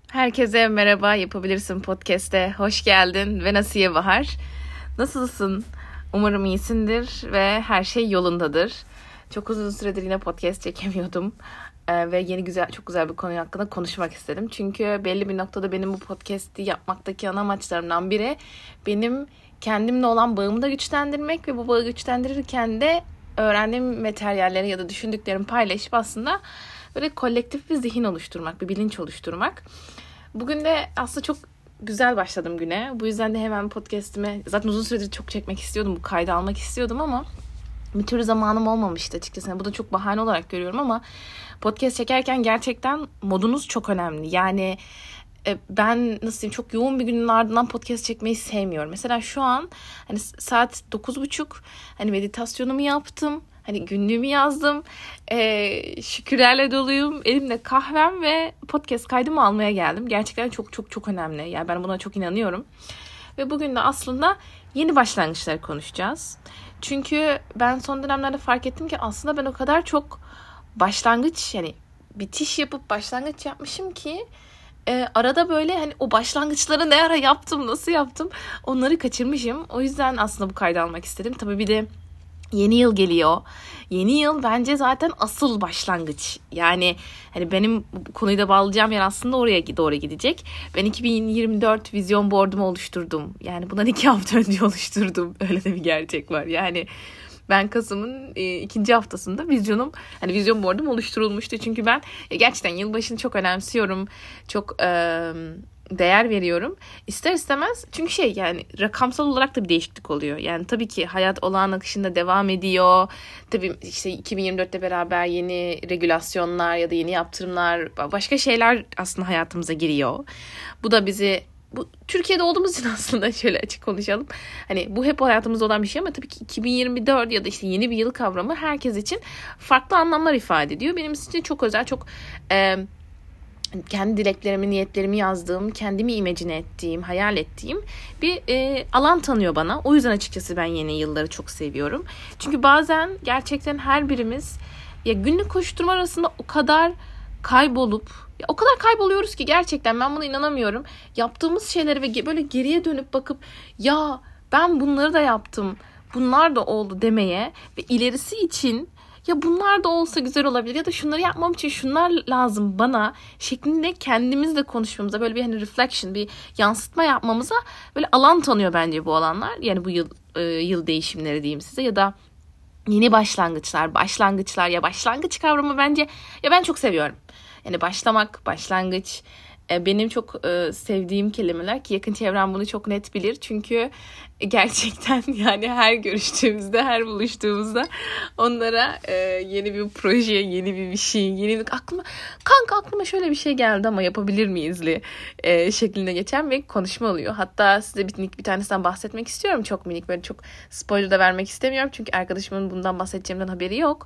Herkese merhaba, Yapabilirsin Podcast'e hoş geldin ve Nasiye Bahar. Nasılsın? Umarım iyisindir ve her şey yolundadır. Çok uzun süredir yine podcast çekemiyordum. Ve çok güzel bir konu hakkında konuşmak istedim. Çünkü belli bir noktada benim bu podcast'i yapmaktaki ana amaçlarımdan biri benim kendimle olan bağımı da güçlendirmek ve bu bağı güçlendirirken de öğrendiğim materyalleri ya da düşündüklerimi paylaşıp aslında böyle kolektif bir zihin oluşturmak, bir bilinç oluşturmak. Bugün de aslında çok güzel başladım güne. Bu yüzden de hemen podcast'ime zaten uzun süredir çok çekmek istiyordum. Bu kaydı almak istiyordum ama bir türlü zamanım olmamıştı açıkçası. Bu da çok bahane olarak görüyorum ama podcast çekerken gerçekten modunuz çok önemli. Yani ben nasıl diyeyim, çok yoğun bir günün ardından podcast çekmeyi sevmiyorum. Mesela şu an hani saat 9.30, hani meditasyonumu yaptım. Hani günlüğümü yazdım. Şükürlerle doluyum. Elimde kahvem ve podcast kaydımı almaya geldim. Gerçekten çok önemli. Yani ben buna çok inanıyorum. Ve bugün de aslında yeni başlangıçları konuşacağız. Çünkü ben son dönemlerde fark ettim ki aslında ben o kadar çok başlangıç, yani bitiş yapıp başlangıç yapmışım ki arada böyle hani o başlangıçları ne ara yaptım, nasıl yaptım onları kaçırmışım. O yüzden aslında bu kaydı almak istedim. Tabii bir de yeni yıl geliyor. Yeni yıl bence zaten asıl başlangıç. Yani hani benim bu konuyu da bağlayacağım yer aslında oraya doğru gidecek. Ben 2024 vizyon board'umu oluşturdum. Yani bundan 2 hafta önce oluşturdum. Öyle de bir gerçek var. Yani ben Kasım'ın 2. haftasında vizyon board'um oluşturulmuştu. Çünkü ben gerçekten yılbaşını çok önemsiyorum. Çok değer veriyorum. İster istemez, çünkü yani rakamsal olarak da bir değişiklik oluyor. Yani tabii ki hayat olağan akışında devam ediyor. Tabii işte 2024'te beraber yeni regülasyonlar ya da yeni yaptırımlar, başka şeyler aslında hayatımıza giriyor. Bu da Türkiye'de olduğumuz için aslında şöyle açık konuşalım. Hani bu hep hayatımızda olan bir şey ama tabii ki 2024 ya da işte yeni bir yıl kavramı herkes için farklı anlamlar ifade ediyor. Benim için çok özel, çok kendi dileklerimi, niyetlerimi yazdığım, kendimi imagine ettiğim, hayal ettiğim bir alan tanıyor bana. O yüzden açıkçası ben yeni yılları çok seviyorum. Çünkü bazen gerçekten her birimiz ya günlük koşturma arasında o kadar kayboluyoruz ki gerçekten ben buna inanamıyorum. Yaptığımız şeyleri ve böyle geriye dönüp bakıp ya ben bunları da yaptım, bunlar da oldu demeye ve ilerisi için ya bunlar da olsa güzel olabilir ya da şunları yapmam için şunlar lazım bana şeklinde kendimizle konuşmamıza, böyle bir hani reflection, bir yansıtma yapmamıza böyle alan tanıyor bence bu alanlar. Yani bu yıl değişimleri diyeyim size ya da yeni başlangıçlar ya başlangıç kavramı bence ya ben çok seviyorum. Yani başlangıç benim çok sevdiğim kelimeler ki yakın çevrem bunu çok net bilir. Çünkü gerçekten yani her görüştüğümüzde, her buluştuğumuzda onlara yeni bir proje, yeni bir şey, aklıma şöyle bir şey geldi ama yapabilir miyizli şeklinde geçen bir konuşma oluyor. Hatta size bir tanesinden bahsetmek istiyorum. Çok minik, böyle çok spoiler da vermek istemiyorum. Çünkü arkadaşımın bundan bahsedeceğimden haberi yok.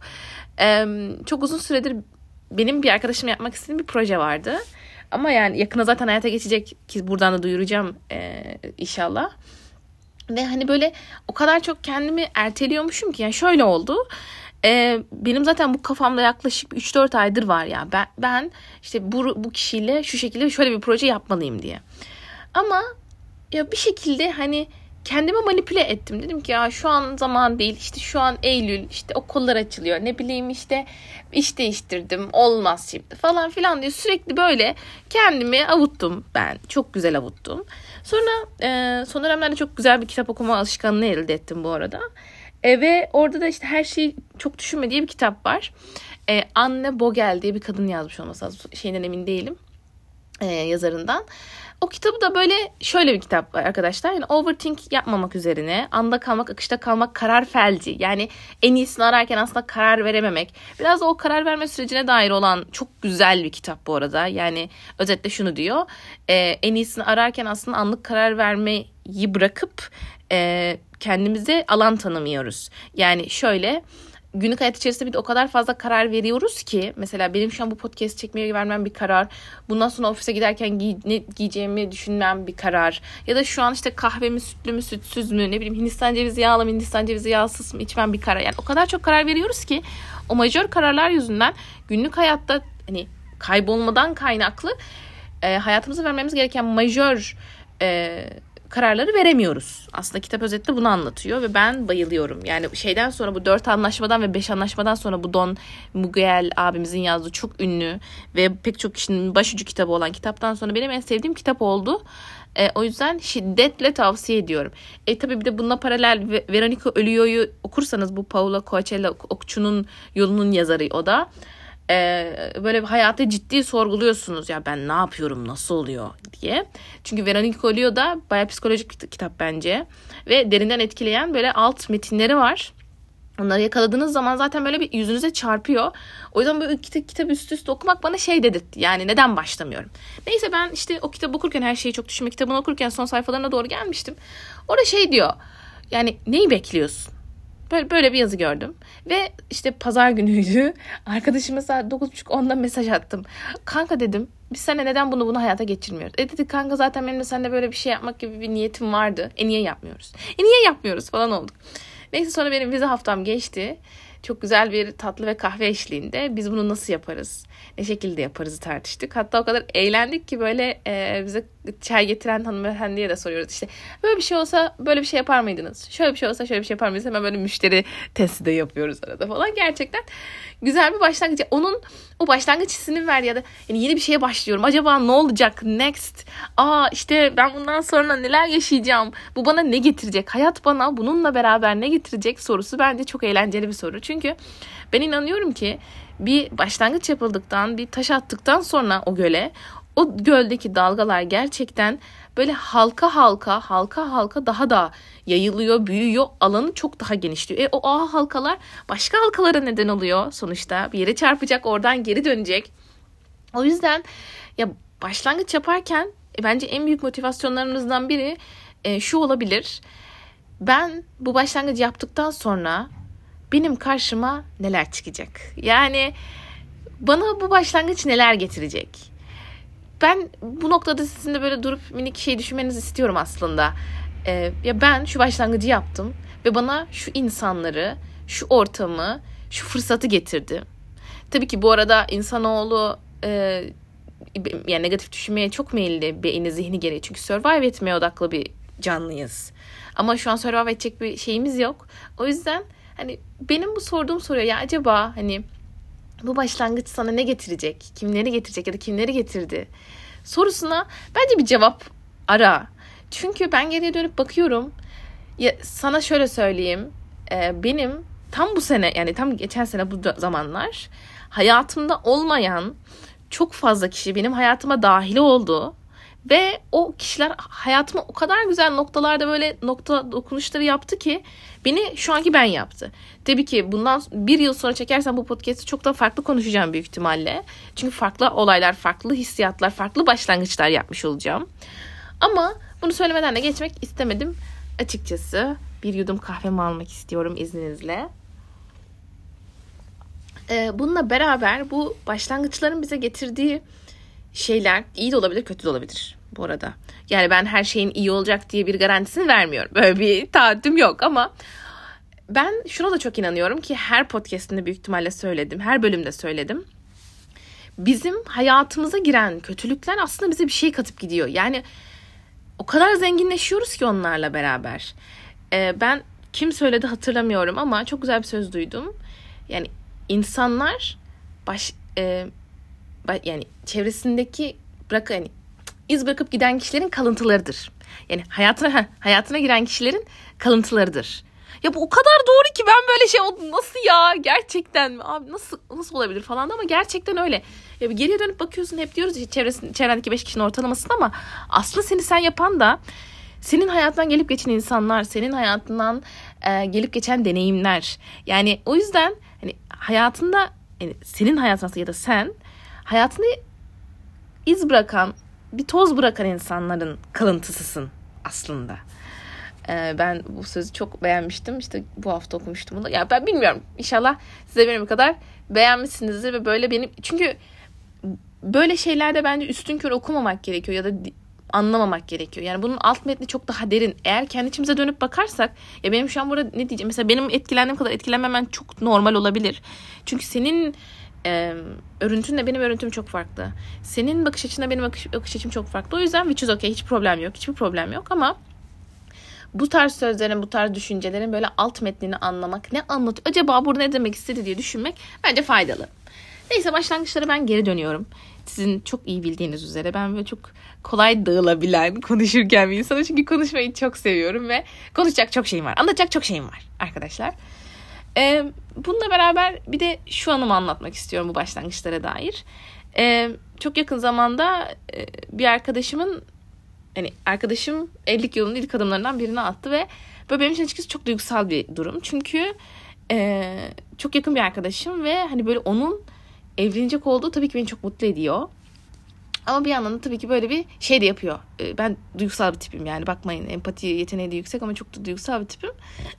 Çok uzun süredir benim bir arkadaşım yapmak istediğim bir proje vardı. Ama yani yakında zaten hayata geçecek ki buradan da duyuracağım inşallah. Ve hani böyle o kadar çok kendimi erteliyormuşum ki yani şöyle oldu. Benim zaten bu kafamda yaklaşık 3-4 aydır var ya. Ben işte bu kişiyle şu şekilde şöyle bir proje yapmalıyım diye. Ama ya bir şekilde hani kendime manipüle ettim. Dedim ki ya şu an zaman değil, işte şu an Eylül, işte okullar açılıyor, ne bileyim işte iş değiştirdim, olmaz şimdi falan filan diye sürekli böyle kendimi avuttum ben. Çok güzel avuttum. Sonra son dönemlerde çok güzel bir kitap okuma alışkanlığı elde ettim bu arada. Ve orada da işte her şeyi çok düşünme diye bir kitap var. Anne Bogel diye bir kadın yazmış olması lazım. Şeyden emin değilim. Yazarından. O kitabı da böyle şöyle bir kitap arkadaşlar. Yani overthink yapmamak üzerine, anda kalmak, akışta kalmak, karar felci. Yani en iyisini ararken aslında karar verememek. Biraz da o karar verme sürecine dair olan çok güzel bir kitap bu arada. Yani özetle şunu diyor. En iyisini ararken aslında anlık karar vermeyi bırakıp kendimize alan tanımıyoruz. Yani şöyle, günlük hayat içerisinde bir de o kadar fazla karar veriyoruz ki mesela benim şu an bu podcast çekmeye vermem bir karar. Bundan sonra ofise giderken ne giyeceğimi düşünmem bir karar. Ya da şu an işte kahvemi sütlü mü sütsüz mü, ne bileyim Hindistan cevizi yağlı mı Hindistan cevizi yağsız mı içmem bir karar. Yani o kadar çok karar veriyoruz ki o majör kararlar yüzünden günlük hayatta hani kaybolmadan kaynaklı hayatımıza vermemiz gereken majör kararları veremiyoruz. Aslında kitap özetle bunu anlatıyor ve ben bayılıyorum. Yani şeyden sonra, bu 4 anlaşmadan ve 5 anlaşmadan sonra, bu Don Miguel abimizin yazdığı çok ünlü ve pek çok kişinin başucu kitabı olan kitaptan sonra benim en sevdiğim kitap oldu. O yüzden şiddetle tavsiye ediyorum. Tabii bir de bununla paralel Veronica Ölüyor'u okursanız, bu Paulo Coelho Okçunun Yolunun yazarı o da. Böyle hayatı ciddi sorguluyorsunuz, ya ben ne yapıyorum, nasıl oluyor diye. Çünkü Veronica Ölüyor da bayağı psikolojik bir kitap bence ve derinden etkileyen böyle alt metinleri var. Onları yakaladığınız zaman zaten böyle bir yüzünüze çarpıyor. O yüzden böyle kitabı üst üste okumak bana şey dedirtti. Yani neden başlamıyorum? Neyse, ben işte o kitabı okurken, Her Şeyi Çok Düşünme kitabını okurken son sayfalarına doğru gelmiştim. Orada şey diyor. Yani neyi bekliyorsun? Böyle bir yazı gördüm. Ve işte pazar günüydü. Arkadaşıma saat 9.30-10'da mesaj attım. Kanka dedim, biz seninle neden bunu hayata geçirmiyoruz? Dedi kanka, zaten benim de seninle böyle bir şey yapmak gibi bir niyetim vardı. Niye yapmıyoruz? Niye yapmıyoruz falan olduk. Neyse, sonra benim vize haftam geçti. Çok güzel bir tatlı ve kahve eşliğinde biz bunu nasıl yaparız, ne şekilde yaparızı tartıştık. Hatta o kadar eğlendik ki böyle bize çay getiren hanımefendiye de soruyoruz. İşte böyle bir şey olsa böyle bir şey yapar mıydınız? Şöyle bir şey olsa şöyle bir şey yapar mıydınız? Hemen böyle müşteri testi de yapıyoruz arada falan. Gerçekten güzel bir başlangıç. Onun o başlangıç hissinin verdiği, ya da yani yeni bir şeye başlıyorum. Acaba ne olacak? Next. İşte ben bundan sonra neler yaşayacağım? Bu bana ne getirecek? Hayat bana bununla beraber ne getirecek sorusu bence çok eğlenceli bir soru. Çünkü ben inanıyorum ki bir başlangıç yapıldıktan, bir taş attıktan sonra o göle, o göldeki dalgalar gerçekten böyle halka halka daha da yayılıyor, büyüyor, alanı çok daha genişliyor. O halkalar başka halkalara neden oluyor sonuçta. Bir yere çarpacak, oradan geri dönecek. O yüzden ya başlangıç yaparken bence en büyük motivasyonlarımızdan biri şu olabilir. Ben bu başlangıcı yaptıktan sonra benim karşıma neler çıkacak? Yani bana bu başlangıç neler getirecek? Ben bu noktada sizin de böyle durup minik şey düşünmenizi istiyorum aslında. Ya ben şu başlangıcı yaptım ve bana şu insanları, şu ortamı, şu fırsatı getirdi. Tabii ki bu arada insanoğlu yani negatif düşünmeye çok meyilli, beyni, zihni gereği. Çünkü survive etmeye odaklı bir canlıyız. Ama şu an survive edecek bir şeyimiz yok. O yüzden hani benim bu sorduğum soruya, ya acaba hani bu başlangıç sana ne getirecek? Kimleri getirecek ya da kimleri getirdi? Sorusuna bence bir cevap ara. Çünkü ben geriye dönüp bakıyorum. Ya sana şöyle söyleyeyim. Benim tam bu sene, yani tam geçen sene bu zamanlar hayatımda olmayan çok fazla kişi benim hayatıma dahil oldu. Ve o kişiler hayatıma o kadar güzel noktalarda böyle nokta dokunuşları yaptı ki beni şu anki ben yaptı. Tabii ki bundan bir yıl sonra çekersem bu podcast'ı çok da farklı konuşacağım büyük ihtimalle. Çünkü farklı olaylar, farklı hissiyatlar, farklı başlangıçlar yapmış olacağım. Ama bunu söylemeden de geçmek istemedim. Açıkçası bir yudum kahvemi almak istiyorum izninizle. Bununla beraber bu başlangıçların bize getirdiği şeyler iyi de olabilir, kötü de olabilir bu arada. Yani ben her şeyin iyi olacak diye bir garantisini vermiyorum. Böyle bir taahhütüm yok ama ben şuna da çok inanıyorum ki her podcast'inde büyük ihtimalle söyledim. Her bölümde söyledim. Bizim hayatımıza giren kötülükler aslında bize bir şey katıp gidiyor. Yani o kadar zenginleşiyoruz ki onlarla beraber. Ben kim söyledi hatırlamıyorum ama çok güzel bir söz duydum. Yani insanlar yani çevresindeki yani iz bırakıp giden kişilerin kalıntılarıdır. Yani hayatına giren kişilerin kalıntılarıdır. Ya bu o kadar doğru ki ben böyle şey oldum. Nasıl ya? Gerçekten mi? Abi nasıl olabilir falan ama gerçekten öyle. Ya bir geriye dönüp bakıyorsun, hep diyoruz ya çevrendeki 5 kişinin ortalamasını, ama aslında seni sen yapan da senin hayatından gelip geçen insanlar, senin hayatından gelip geçen deneyimler. Yani o yüzden hani hayatında, yani senin hayatında ya da sen hayatını iz bırakan, bir toz bırakan insanların kalıntısısın aslında. Ben bu sözü çok beğenmiştim. İşte bu hafta okumuştum bunu. Ya ben bilmiyorum. İnşallah size benim kadar beğenmişsinizdir ve böyle benim, çünkü böyle şeylerde bence üstünkörü okumamak gerekiyor ya da anlamamak gerekiyor. Yani bunun alt metni çok daha derin. Eğer kendi içimize dönüp bakarsak, ya benim şu an burada ne diyeceğim? Mesela benim etkilendiğim kadar etkilenmemen çok normal olabilir. Çünkü senin örüntünle benim örüntüm çok farklı. Senin bakış açınla benim bakış açım çok farklı. O yüzden which is okay, hiç problem yok. Hiçbir problem yok ama bu tarz sözlerin, bu tarz düşüncelerin böyle alt metnini anlamak, ne anlatıyor, acaba burada ne demek istedi diye düşünmek bence faydalı. Neyse, başlangıçlara ben geri dönüyorum. Sizin çok iyi bildiğiniz üzere ben böyle çok kolay dağılabilen, konuşurken bir insanım. Çünkü konuşmayı çok seviyorum ve konuşacak çok şeyim var. Anlatacak çok şeyim var arkadaşlar. Bununla beraber bir de şu anımı anlatmak istiyorum bu başlangıçlara dair. Çok yakın zamanda bir arkadaşım evlilik yolunun ilk adımlarından birini attı ve böyle benim için açıkçası çok duygusal bir durum. Çünkü çok yakın bir arkadaşım ve hani böyle onun evlenecek olduğu tabii ki beni çok mutlu ediyor. Ama bir yandan da tabii ki böyle bir şey de yapıyor. Ben duygusal bir tipim yani, bakmayın, empati yeteneği de yüksek ama çok da duygusal bir tipim.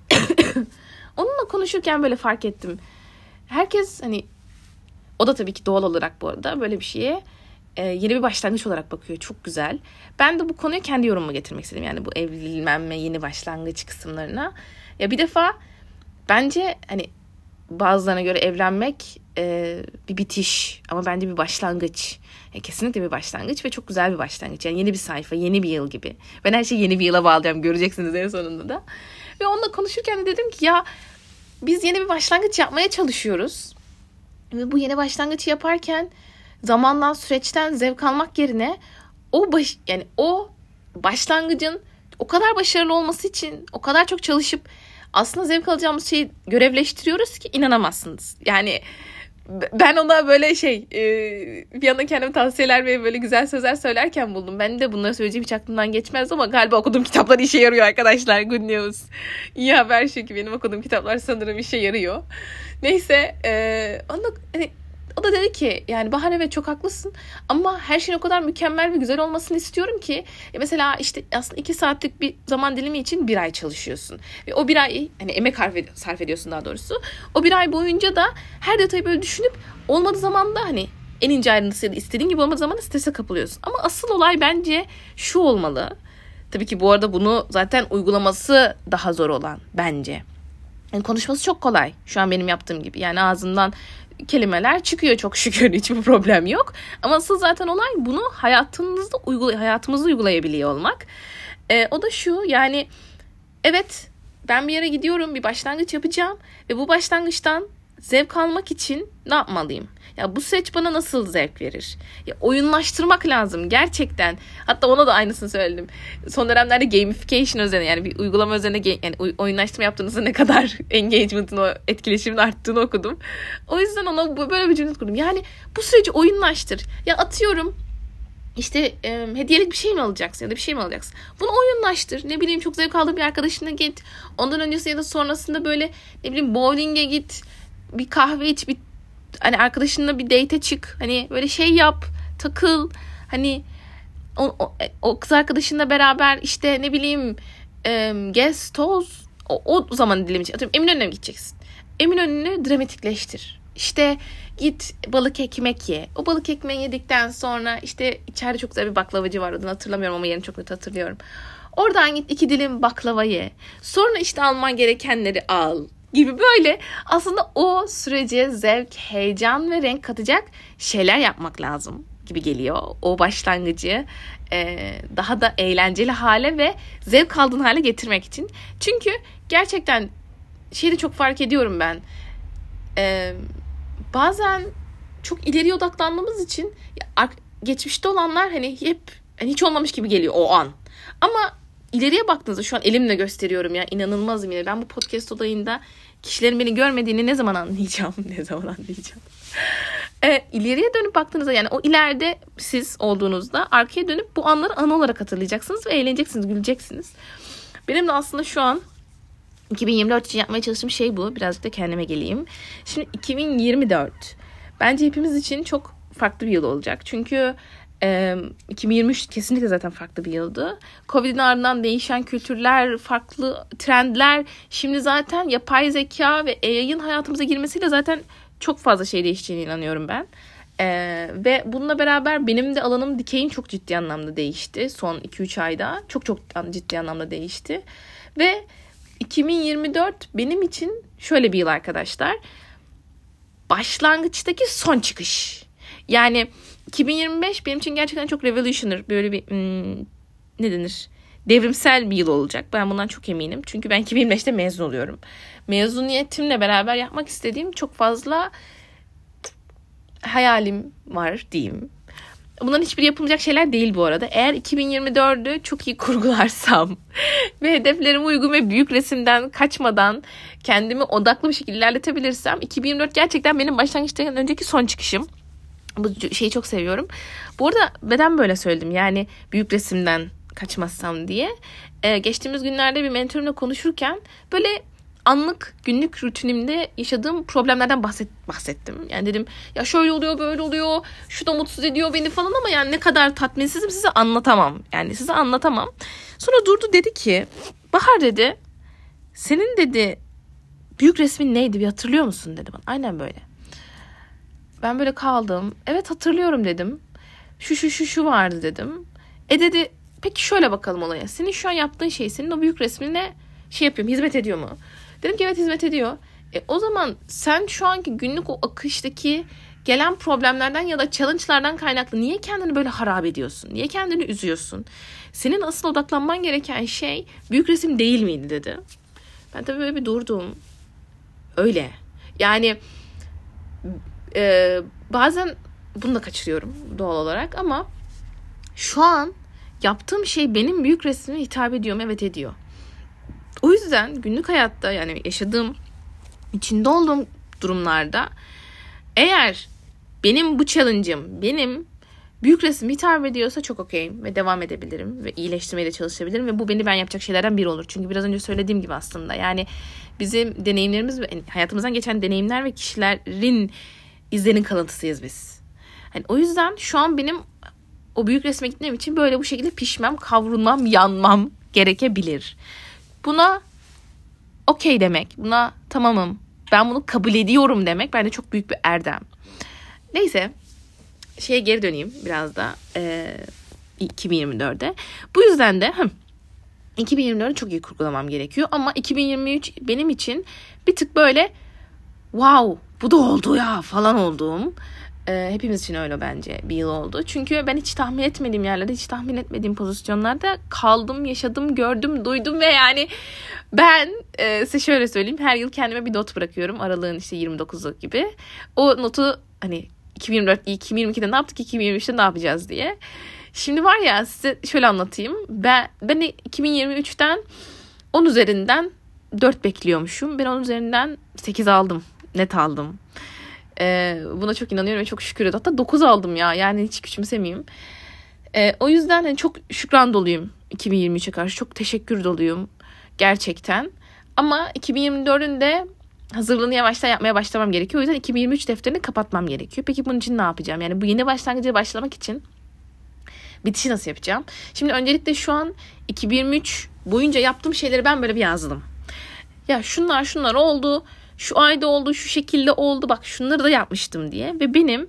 Onunla konuşurken böyle fark ettim. Herkes hani, o da tabii ki doğal olarak bu arada böyle bir şeye yeni bir başlangıç olarak bakıyor. Çok güzel. Ben de bu konuya kendi yorumumu getirmek istedim. Yani bu evlenme, yeni başlangıç kısımlarına. Ya bir defa bence hani bazılarına göre evlenmek bir bitiş ama bence bir başlangıç. Kesinlikle bir başlangıç ve çok güzel bir başlangıç. Yani yeni bir sayfa, yeni bir yıl gibi. Ben her şeyi yeni bir yıla bağlayacağım. Göreceksiniz en sonunda da. Ve onunla konuşurken de dedim ki ya biz yeni bir başlangıç yapmaya çalışıyoruz. Ve bu yeni başlangıcı yaparken zamandan, süreçten zevk almak yerine o başlangıcın o kadar başarılı olması için o kadar çok çalışıp aslında zevk alacağımız şeyi görevleştiriyoruz ki inanamazsınız. Yani ben ona böyle bir yandan kendime tavsiyeler ve böyle güzel sözler söylerken buldum. Ben de bunları söyleyeceğim hiç aklımdan geçmez ama galiba okuduğum kitaplar işe yarıyor arkadaşlar. Good news. İyi haber, çünkü benim okuduğum kitaplar sanırım işe yarıyor. Neyse, o da dedi ki yani Bahar, evet çok haklısın ama her şeyin o kadar mükemmel ve güzel olmasını istiyorum ki mesela işte aslında 2 saatlik bir zaman dilimi için 1 ay çalışıyorsun ve o 1 ay hani emek sarf ediyorsun daha doğrusu. O 1 ay boyunca da her detayı böyle düşünüp olmadığı zaman da hani en ince ayrıntısıyla istediğin gibi olmadığı zaman da strese kapılıyorsun. Ama asıl olay bence şu olmalı. Tabii ki bu arada bunu zaten uygulaması daha zor olan bence. Yani konuşması çok kolay. Şu an benim yaptığım gibi. Yani ağzımdan kelimeler çıkıyor çok şükür, hiçbir problem yok. Ama asıl zaten olay bunu hayatımızda uygulayabiliyor olmak. O da şu, yani evet ben bir yere gidiyorum, bir başlangıç yapacağım ve bu başlangıçtan zevk almak için ne yapmalıyım? Ya bu süreç bana nasıl zevk verir? Ya oyunlaştırmak lazım gerçekten. Hatta ona da aynısını söyledim. Son dönemlerde gamification üzerine, yani bir uygulama üzerine yani oyunlaştırma yaptığınızda ne kadar engagement'ın, o etkileşimin arttığını okudum. O yüzden ona böyle bir cümle kurdum. Yani bu süreci oyunlaştır. Ya atıyorum İşte hediyelik bir şey mi alacaksın ya da bir şey mi alacaksın? Bunu oyunlaştır. Ne bileyim, çok zevk aldığın bir arkadaşına git. Ondan öncesi ya da sonrasında böyle ne bileyim bowling'e git. Bir kahve iç, bir hani arkadaşınla bir date'e çık. Hani böyle şey yap, takıl. Hani o kız arkadaşınla beraber işte ne bileyim gez, toz. O zaman dilimi için. Atıyorum Eminönü'ne mi gideceksin? Eminönü'nü dramatikleştir. İşte git balık ekmek ye. O balık ekmeği yedikten sonra işte içeride çok güzel bir baklavacı var. Adını hatırlamıyorum ama yerini çok net hatırlıyorum. Oradan git 2 dilim baklava ye. Sonra işte alman gerekenleri al gibi, böyle aslında o sürece zevk, heyecan ve renk katacak şeyler yapmak lazım gibi geliyor. O başlangıcı daha da eğlenceli hale ve zevk aldığın hale getirmek için. Çünkü gerçekten şeyi çok fark ediyorum ben. Bazen çok ileriye odaklandığımız için geçmişte olanlar hani hep hiç olmamış gibi geliyor o an. Ama ileriye baktığınızda, şu an elimle gösteriyorum ya, inanılmazım yine. Ben bu podcast olayında kişilerin beni görmediğini ne zaman anlayacağım? İleriye dönüp baktığınızda, yani o ileride siz olduğunuzda arkaya dönüp bu anları anı olarak hatırlayacaksınız ve eğleneceksiniz, güleceksiniz. Benim de aslında şu an 2024 için yapmaya çalıştığım şey bu. Birazcık da kendime geleyim. Şimdi 2024 bence hepimiz için çok farklı bir yıl olacak. Çünkü 2023 kesinlikle zaten farklı bir yıldı. Covid'in ardından değişen kültürler, farklı trendler. Şimdi zaten yapay zeka ve AI'ın hayatımıza girmesiyle zaten çok fazla şey değişeceğine inanıyorum ben. Ve bununla beraber benim de alanım dikeyin çok ciddi anlamda değişti. Son 2-3 ayda çok ciddi anlamda değişti. Ve 2024 benim için şöyle bir yıl arkadaşlar. başlangıçtaki son çıkış. Yani 2025 benim için gerçekten çok revolutionary, böyle bir ne denir? Devrimsel bir yıl olacak. Ben bundan çok eminim. Çünkü ben 2025'te mezun oluyorum. Mezuniyetimle beraber yapmak istediğim çok fazla hayalim var diyeyim. Bunların hiçbiri yapılacak şeyler değil bu arada. Eğer 2024'ü çok iyi kurgularsam ve hedeflerime uygun ve büyük resimden kaçmadan kendimi odaklı bir şekilde ilerletebilirsem 2024 gerçekten benim başlangıçtan önceki son çıkışım. Bu şeyi çok seviyorum. Bu arada neden böyle söyledim? Yani büyük resimden kaçmazsam diye. Geçtiğimiz günlerde bir mentorumla konuşurken böyle anlık günlük rutinimde yaşadığım problemlerden bahsettim. Yani dedim ya şöyle oluyor, böyle oluyor, şu da mutsuz ediyor beni falan ama yani ne kadar tatminsizim size anlatamam. Yani size anlatamam. Sonra durdu, dedi ki Bahar dedi, senin dedi büyük resmin neydi bir hatırlıyor musun dedi bana. Aynen böyle. Ben böyle kaldım. Evet hatırlıyorum dedim. Şu vardı dedim. Dedi peki şöyle bakalım olaya. Senin şu an yaptığın şey senin o büyük resmine şey yapıyor mu? Hizmet ediyor mu? Dedim ki evet hizmet ediyor. O zaman sen şu anki günlük o akıştaki gelen problemlerden ya da challenge'lardan kaynaklı niye kendini böyle harap ediyorsun? Niye kendini üzüyorsun? Senin asıl odaklanman gereken şey büyük resim değil miydi dedi. Ben tabii böyle bir durdum. Öyle. Yani bazen bunu da kaçırıyorum doğal olarak ama şu an yaptığım şey benim büyük resmime hitap ediyor mu? Evet ediyor. O yüzden günlük hayatta yani yaşadığım, içinde olduğum durumlarda eğer benim bu challenge'ım, benim büyük resim hitap ediyorsa çok okeyim ve devam edebilirim ve iyileştirmeye de çalışabilirim ve bu ben yapacak şeylerden biri olur. Çünkü biraz önce söylediğim gibi aslında yani bizim deneyimlerimiz ve hayatımızdan geçen deneyimler ve kişilerin izlerin kalıntısıyız biz. Yani o yüzden şu an benim o büyük resme gitmem için böyle bu şekilde pişmem, kavrulmam, yanmam gerekebilir. Buna okey demek, buna tamamım, ben bunu kabul ediyorum demek bence çok büyük bir erdem. Neyse, şeye geri döneyim biraz da 2024'e. Bu yüzden de 2024'ü çok iyi kurgulamam gerekiyor ama 2023 benim için bir tık böyle wow bu da oldu ya falan olduğum, hepimiz için öyle bence bir yıl oldu. Çünkü ben hiç tahmin etmediğim yerlerde, hiç tahmin etmediğim pozisyonlarda kaldım, yaşadım, gördüm, duydum ve yani ben size şöyle söyleyeyim, her yıl kendime bir not bırakıyorum. Aralığın işte 29'u gibi. O notu hani 2022'de ne yaptık, 2023'te ne yapacağız diye. Şimdi var ya size şöyle anlatayım. Ben 2023'ten 10 üzerinden 4 bekliyormuşum. Ben 10 üzerinden 8 aldım. Net aldım. Buna çok inanıyorum ve çok şükür ediyorum. Hatta 9 aldım ya. Yani hiç küçümsemeyeyim. O yüzden hani çok şükran doluyum 2023'e karşı. Çok teşekkür doluyum. Gerçekten. Ama 2024'ün de hazırlığını yavaştan yapmaya başlamam gerekiyor. O yüzden 2023 defterini kapatmam gerekiyor. Peki bunun için ne yapacağım? Yani bu yeni başlangıca başlamak için bitişi nasıl yapacağım? Şimdi öncelikle şu an 2023 boyunca yaptığım şeyleri ben böyle bir yazdım. Ya şunlar oldu. Şu ayda oldu, şu şekilde oldu. Bak şunları da yapmıştım diye. Ve benim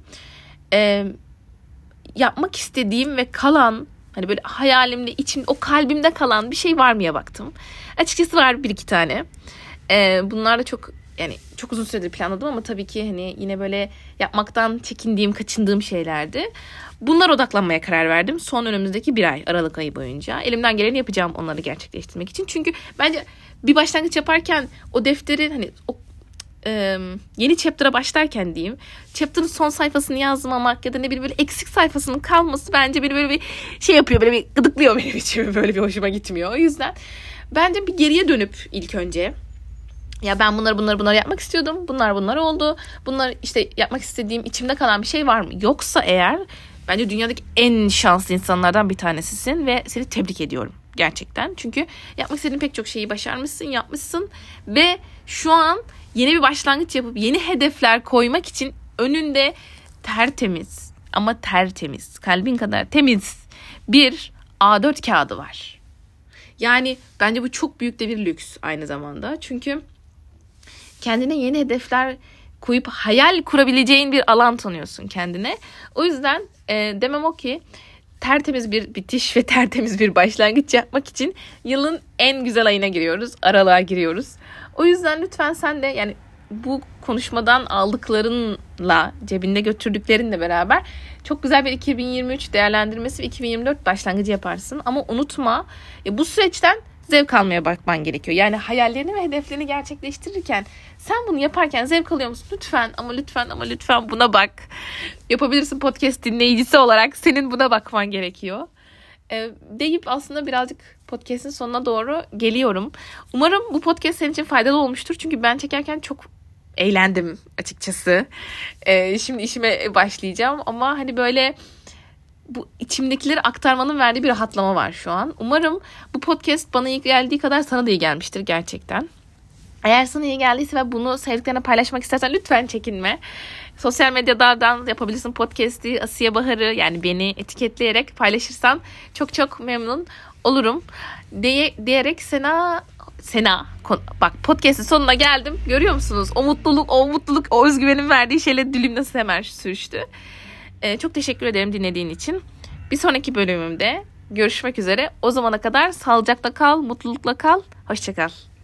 yapmak istediğim ve kalan, hani böyle hayalimde, içimde, o kalbimde kalan bir şey var mıya baktım. Açıkçası var 1-2 tane. Bunlar da çok yani çok uzun süredir planladım ama tabii ki hani yine böyle yapmaktan çekindiğim, kaçındığım şeylerdi. Bunlara odaklanmaya karar verdim. Son önümüzdeki 1 ay, Aralık ayı boyunca. Elimden geleni yapacağım onları gerçekleştirmek için. Çünkü bence bir başlangıç yaparken o defterin hani o yeni chapter'a başlarken diyeyim, chapter'ın son sayfasını yazmamak ya da ne bileyim böyle eksik sayfasının kalması bence beni böyle bir şey yapıyor, böyle bir gıdıklıyor benim içimi, böyle bir hoşuma gitmiyor. O yüzden bence bir geriye dönüp ilk önce ya ben bunları yapmak istiyordum, bunlar oldu, bunlar işte yapmak istediğim, içimde kalan bir şey var mı? Yoksa eğer bence dünyadaki en şanslı insanlardan bir tanesisin ve seni tebrik ediyorum gerçekten. Çünkü yapmak istediğin pek çok şeyi başarmışsın, yapmışsın ve şu an yeni bir başlangıç yapıp yeni hedefler koymak için önünde tertemiz ama tertemiz, kalbin kadar temiz bir A4 kağıdı var. Yani bence bu çok büyük de bir lüks aynı zamanda. Çünkü kendine yeni hedefler koyup hayal kurabileceğin bir alan tanıyorsun kendine. O yüzden demem o ki tertemiz bir bitiş ve tertemiz bir başlangıç yapmak için yılın en güzel ayına giriyoruz. Aralığa giriyoruz. O yüzden lütfen sen de yani bu konuşmadan aldıklarınla, cebinde götürdüklerinle beraber çok güzel bir 2023 değerlendirmesi ve 2024 başlangıcı yaparsın. Ama unutma, bu süreçten zevk almaya bakman gerekiyor. Yani hayallerini ve hedeflerini gerçekleştirirken sen bunu yaparken zevk alıyor musun? Lütfen ama lütfen buna bak. Yapabilirsin podcast dinleyicisi olarak, senin buna bakman gerekiyor. Deyip aslında birazcık podcast'in sonuna doğru geliyorum. Umarım bu podcast senin için faydalı olmuştur. Çünkü ben çekerken çok eğlendim açıkçası. Şimdi işime başlayacağım ama hani böyle bu içimdekileri aktarmanın verdiği bir rahatlama var şu an. Umarım bu podcast bana iyi geldiği kadar sana da iyi gelmiştir gerçekten. Eğer sana iyi geldiyse ve bunu sevdiklerine paylaşmak istersen lütfen çekinme. Sosyal medyadan yapabilirsin podcast'i, Asiye Bahar'ı, yani beni etiketleyerek paylaşırsan çok çok memnun olurum. Diyerek Sena bak, podcast'in sonuna geldim. Görüyor musunuz? O mutluluk, o özgüvenin verdiği şeyle dilim nasıl hemen sürüştü. Çok teşekkür ederim dinlediğin için. Bir sonraki bölümümde görüşmek üzere. O zamana kadar sağlıcakla kal, mutlulukla kal. Hoşça kal.